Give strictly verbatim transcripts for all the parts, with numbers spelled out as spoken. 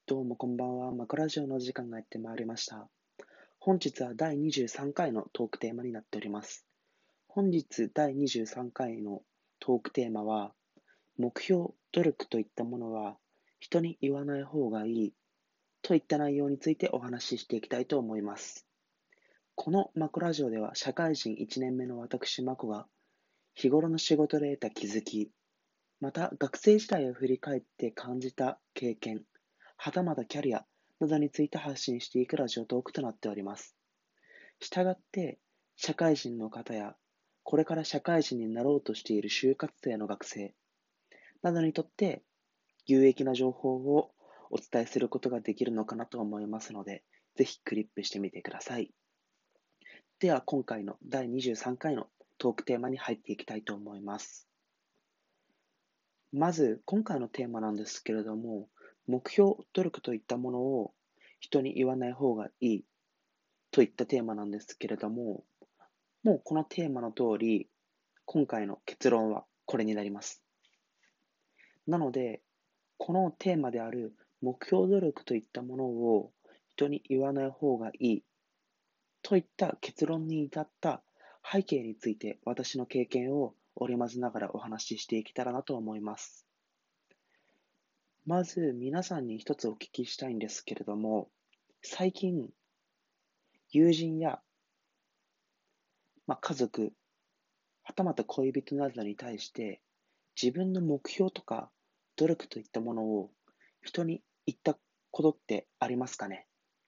どうもこんばんは。マコラジオの時間がやってまいりました。本日はだいにじゅうさんかいのトークテーマになっております。本日だいにじゅうさんかいのトークテーマは、目標、努力といったものは人に言わない方がいいといった内容についてお話ししていきたいと思います。このマコラジオでは社会人いちねんめの私マコが日頃の仕事で得た気づき、また学生時代を振り返って感じた経験、はたまたキャリアなどについて発信していくラジオトークとなっております。したがって、社会人の方や、これから社会人になろうとしている就活生の学生などにとって有益な情報をお伝えすることができるのかなと思いますので、ぜひクリップしてみてください。では、今回のだいにじゅうさんかいのトークテーマに入っていきたいと思います。まず、今回のテーマなんですけれども、目標、努力といったものを人に言わない方がいいといったテーマなんですけれども、もうこのテーマの通り、今回の結論はこれになります。なので、このテーマである目標努力といったものを人に言わない方がいいといった結論に至った背景について私の経験を織り交ぜながらお話ししていけたらなと思います。まず皆さんに一つお聞きしたいんですけれども、最近友人や、まあ、家族、はたまた恋人などに対して自分の目標とか努力といったものを人に言ったことってありますかね？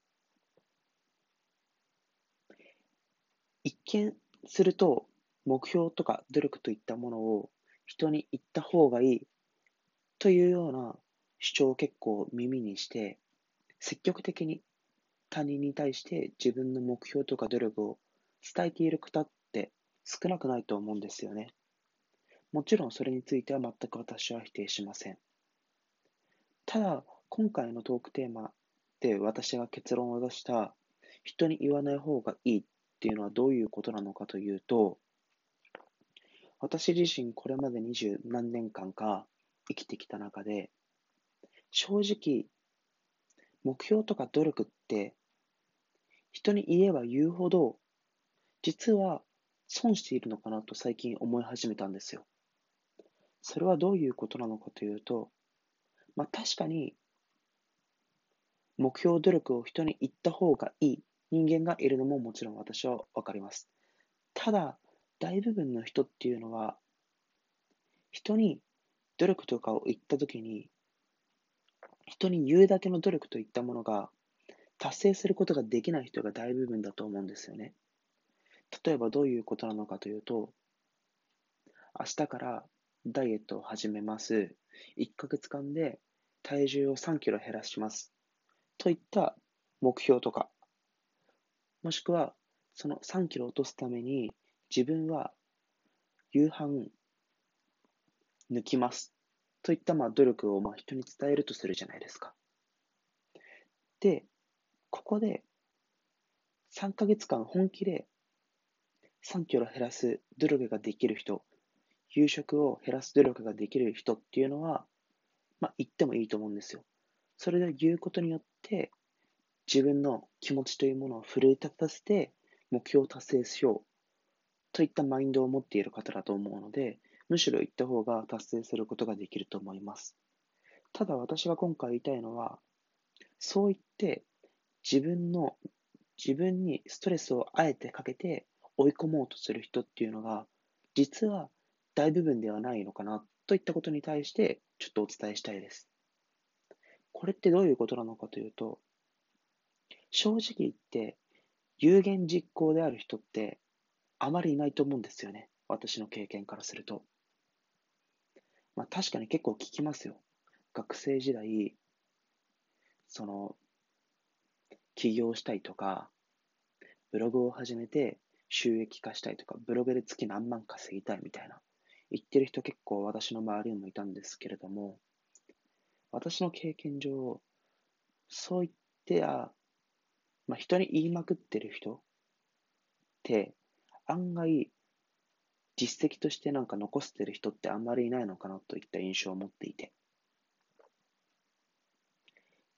一見すると、目標とか努力といったものを人に言った方がいいというような主張を結構耳にして、積極的に他人に対して自分の目標とか努力を伝えている方って少なくないと思うんですよね。もちろんそれについては全く私は否定しません。ただ、今回のトークテーマで私が結論を出した人に言わない方がいいっていうのはどういうことなのかというと、私自身これまで二十何年間か生きてきた中で、正直目標とか努力って人に言えば言うほど実は損しているのかなと最近思い始めたんですよ。それはどういうことなのかというと、まあ確かに目標努力を人に言った方がいい人間がいるのももちろん私はわかります。ただ、大部分の人っていうのは、人に努力とかを言ったときに、人に言うだけの努力といったものが達成することができない人が大部分だと思うんですよね。例えばどういうことなのかというと、明日からダイエットを始めます。いっかげつかんで体重をさんキロ減らします。といった目標とか、もしくはそのさんキロ落とすために自分は夕飯抜きますといったまあ努力をまあ人に伝えるとするじゃないですか。で、ここでさんかげつかん本気でさんキロ減らす努力ができる人、夕食を減らす努力ができる人っていうのは、まあ言ってもいいと思うんですよ。それで言うことによって、自分の気持ちというものを奮い立たせて、目標を達成しようといったマインドを持っている方だと思うので、むしろ言った方が達成することができると思います。ただ私が今回言いたいのは、そう言って自分の、自分にストレスをあえてかけて追い込もうとする人っていうのが、実は大部分ではないのかなといったことに対して、ちょっとお伝えしたいです。これってどういうことなのかというと、正直言って有言実行である人ってあまりいないと思うんですよね。私の経験からすると。まあ確かに結構聞きますよ。学生時代、その、起業したいとか、ブログを始めて収益化したいとか、ブログで月何万稼ぎたいみたいな、言ってる人結構私の周りにもいたんですけれども、私の経験上、そう言ってや、まあ、人に言いまくってる人って案外実績としてなんか残してる人ってあんまりいないのかなといった印象を持っていて。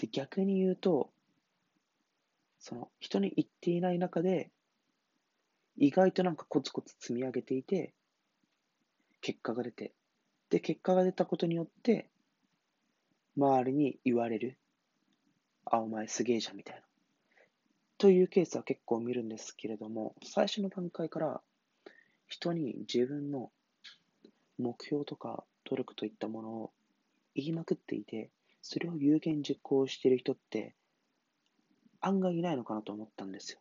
で、逆に言うと、その人に言っていない中で、意外となんかコツコツ積み上げていて、結果が出て、で、結果が出たことによって、周りに言われる。あ、お前すげえじゃんみたいな。というケースは結構見るんですけれども、最初の段階から人に自分の目標とか努力といったものを言いまくっていて、それを有言実行している人って案外いないのかなと思ったんですよ。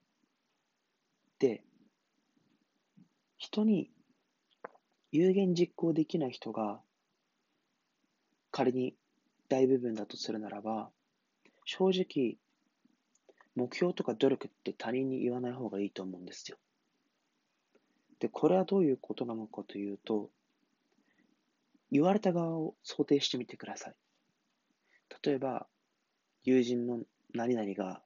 で、人に有言実行できない人が仮に大部分だとするならば、正直目標とか努力って他人に言わない方がいいと思うんですよ。で、これはどういうことなのかというと、言われた側を想定してみてください。例えば、友人の何々が、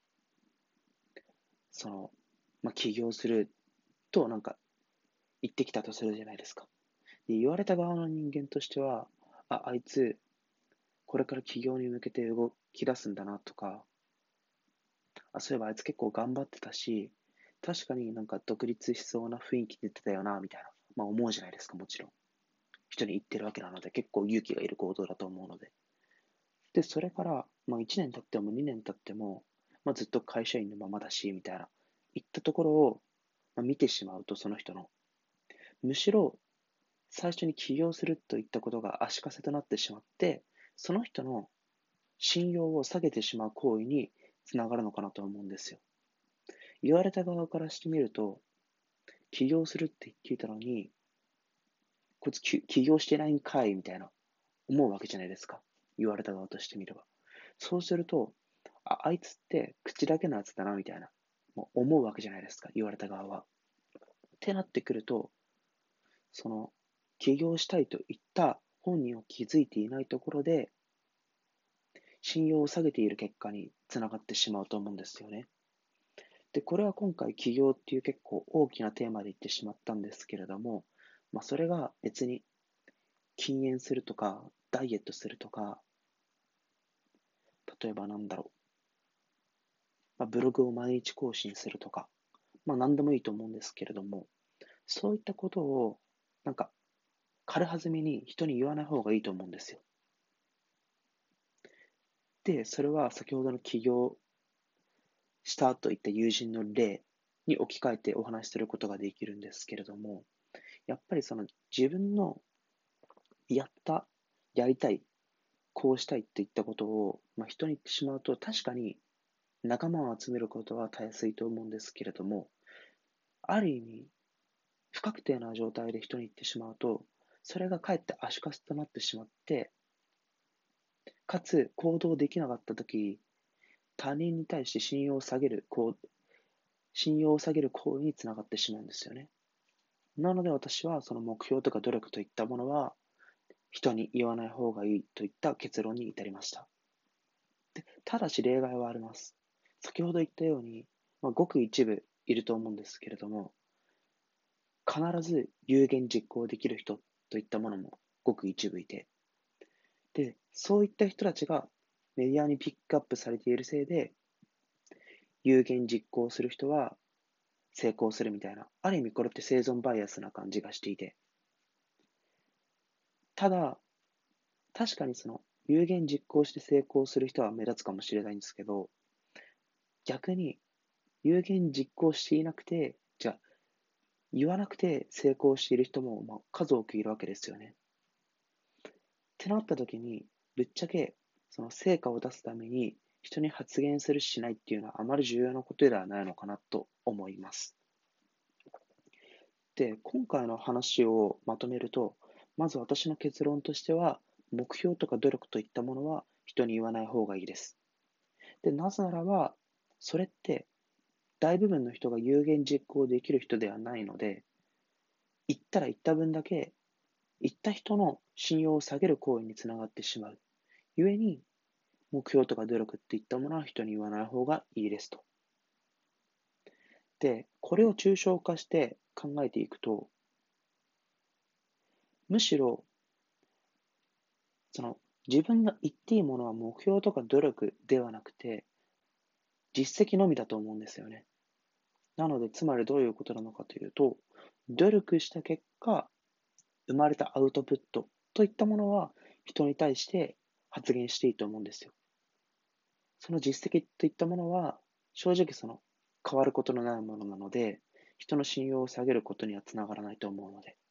その、まあ、起業するとなんか言ってきたとするじゃないですか。で、言われた側の人間としては、あ、あいつ、これから起業に向けて動き出すんだなとか、あ、そういえばあいつ結構頑張ってたし、確かになんか独立しそうな雰囲気出てたよな、みたいな。まあ思うじゃないですか、もちろん。人に言ってるわけなので、結構勇気がいる行動だと思うので。で、それから、まあいちねん経ってもにねん経っても、まあずっと会社員のままだし、みたいな、言ったところを、まあ、見てしまうと、その人の。むしろ、最初に起業するといったことが足かせとなってしまって、その人の信用を下げてしまう行為につながるのかなと思うんですよ。言われた側からしてみると、起業するって聞いたのに、こいつ起業してないんかいみたいな思うわけじゃないですか。言われた側としてみれば。そうすると、あ、あいつって口だけのやつだなみたいな、もう思うわけじゃないですか。言われた側は。ってなってくると、その、起業したいと言った本人を気づいていないところで、信用を下げている結果につながってしまうと思うんですよね。で、これは今回起業っていう結構大きなテーマで言ってしまったんですけれども、まあそれが別に禁煙するとか、ダイエットするとか、例えばなんだろう、まあ、ブログを毎日更新するとか、まあ何でもいいと思うんですけれども、そういったことを、なんか、軽はずみに人に言わない方がいいと思うんですよ。で、それは先ほどの起業したといった友人の例に置き換えてお話しすることができるんですけれども、やっぱりその自分のやった、やりたい、こうしたいっていったことを、まあ、人に言ってしまうと、確かに仲間を集めることはたやすいと思うんですけれども、ある意味、不確定な状態で人に言ってしまうと、それがかえって足かせとなってしまって、かつ行動できなかったとき、他人に対して信用を下げる行信用を下げる行為につながってしまうんですよね。なので私はその目標とか努力といったものは人に言わない方がいいといった結論に至りました。で、ただし例外はあります。先ほど言ったように、まあ、ごく一部いると思うんですけれども、必ず有言実行できる人といったものもごく一部いて、で、そういった人たちがメディアにピックアップされているせいで、有言実行する人は成功するみたいな、ある意味これって生存バイアスな感じがしていて、ただ、確かにその有言実行して成功する人は目立つかもしれないんですけど、逆に有言実行していなくて、じゃあ言わなくて成功している人もまあ数多くいるわけですよね。ってなった時に、ぶっちゃけその成果を出すために人に発言するしないっていうのはあまり重要なことではないのかなと思います。で、今回の話をまとめると、まず私の結論としては、目標とか努力といったものは人に言わない方がいいです。で、なぜならば、それって大部分の人が有言実行できる人ではないので、言ったら言った分だけ、言った人の信用を下げる行為につながってしまう。故に、目標とか努力っていったものは人に言わない方がいいですと。で、これを抽象化して考えていくと、むしろ、その自分が言っていいものは目標とか努力ではなくて、実績のみだと思うんですよね。なので、つまりどういうことなのかというと、努力した結果、生まれたアウトプットといったものは、人に対して発言していいと思うんですよ。その実績といったものは、正直その変わることのないものなので、人の信用を下げることにはつながらないと思うので。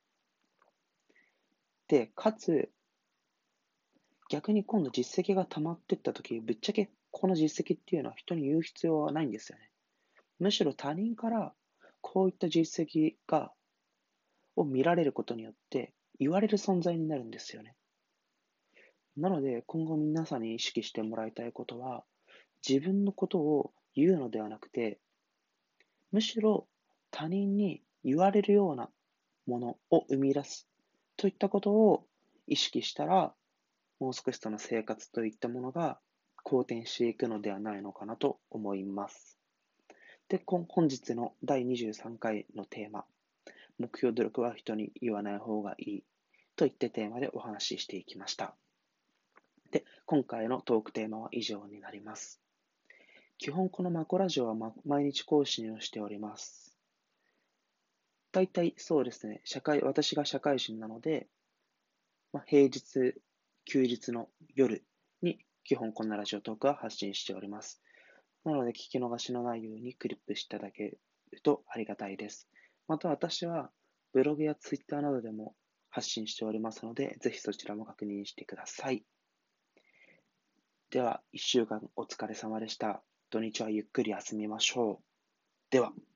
で、かつ、逆に今度実績が溜まっていったとき、ぶっちゃけこの実績っていうのは人に言う必要はないんですよね。むしろ他人からこういった実績がを見られることによって言われる存在になるんですよね。なので今後皆さんに意識してもらいたいことは、自分のことを言うのではなくて、むしろ他人に言われるようなものを生み出すといったことを意識したら、もう少しその生活といったものが好転していくのではないのかなと思います。で、本日のだいにじゅうさんかいのテーマ、目標努力は人に言わない方がいいといったテーマでお話ししていきました。で、今回のトークテーマは以上になります。基本このマコラジオは毎日更新をしております。大体そうですね、社会、私が社会人なので、まあ、平日、休日の夜に基本こんなラジオトークは発信しております。なので聞き逃しのないようにクリップしていただけるとありがたいです。また私はブログやツイッターなどでも発信しておりますので、ぜひそちらも確認してください。では、いっしゅうかんお疲れ様でした。土日はゆっくり休みましょう。では。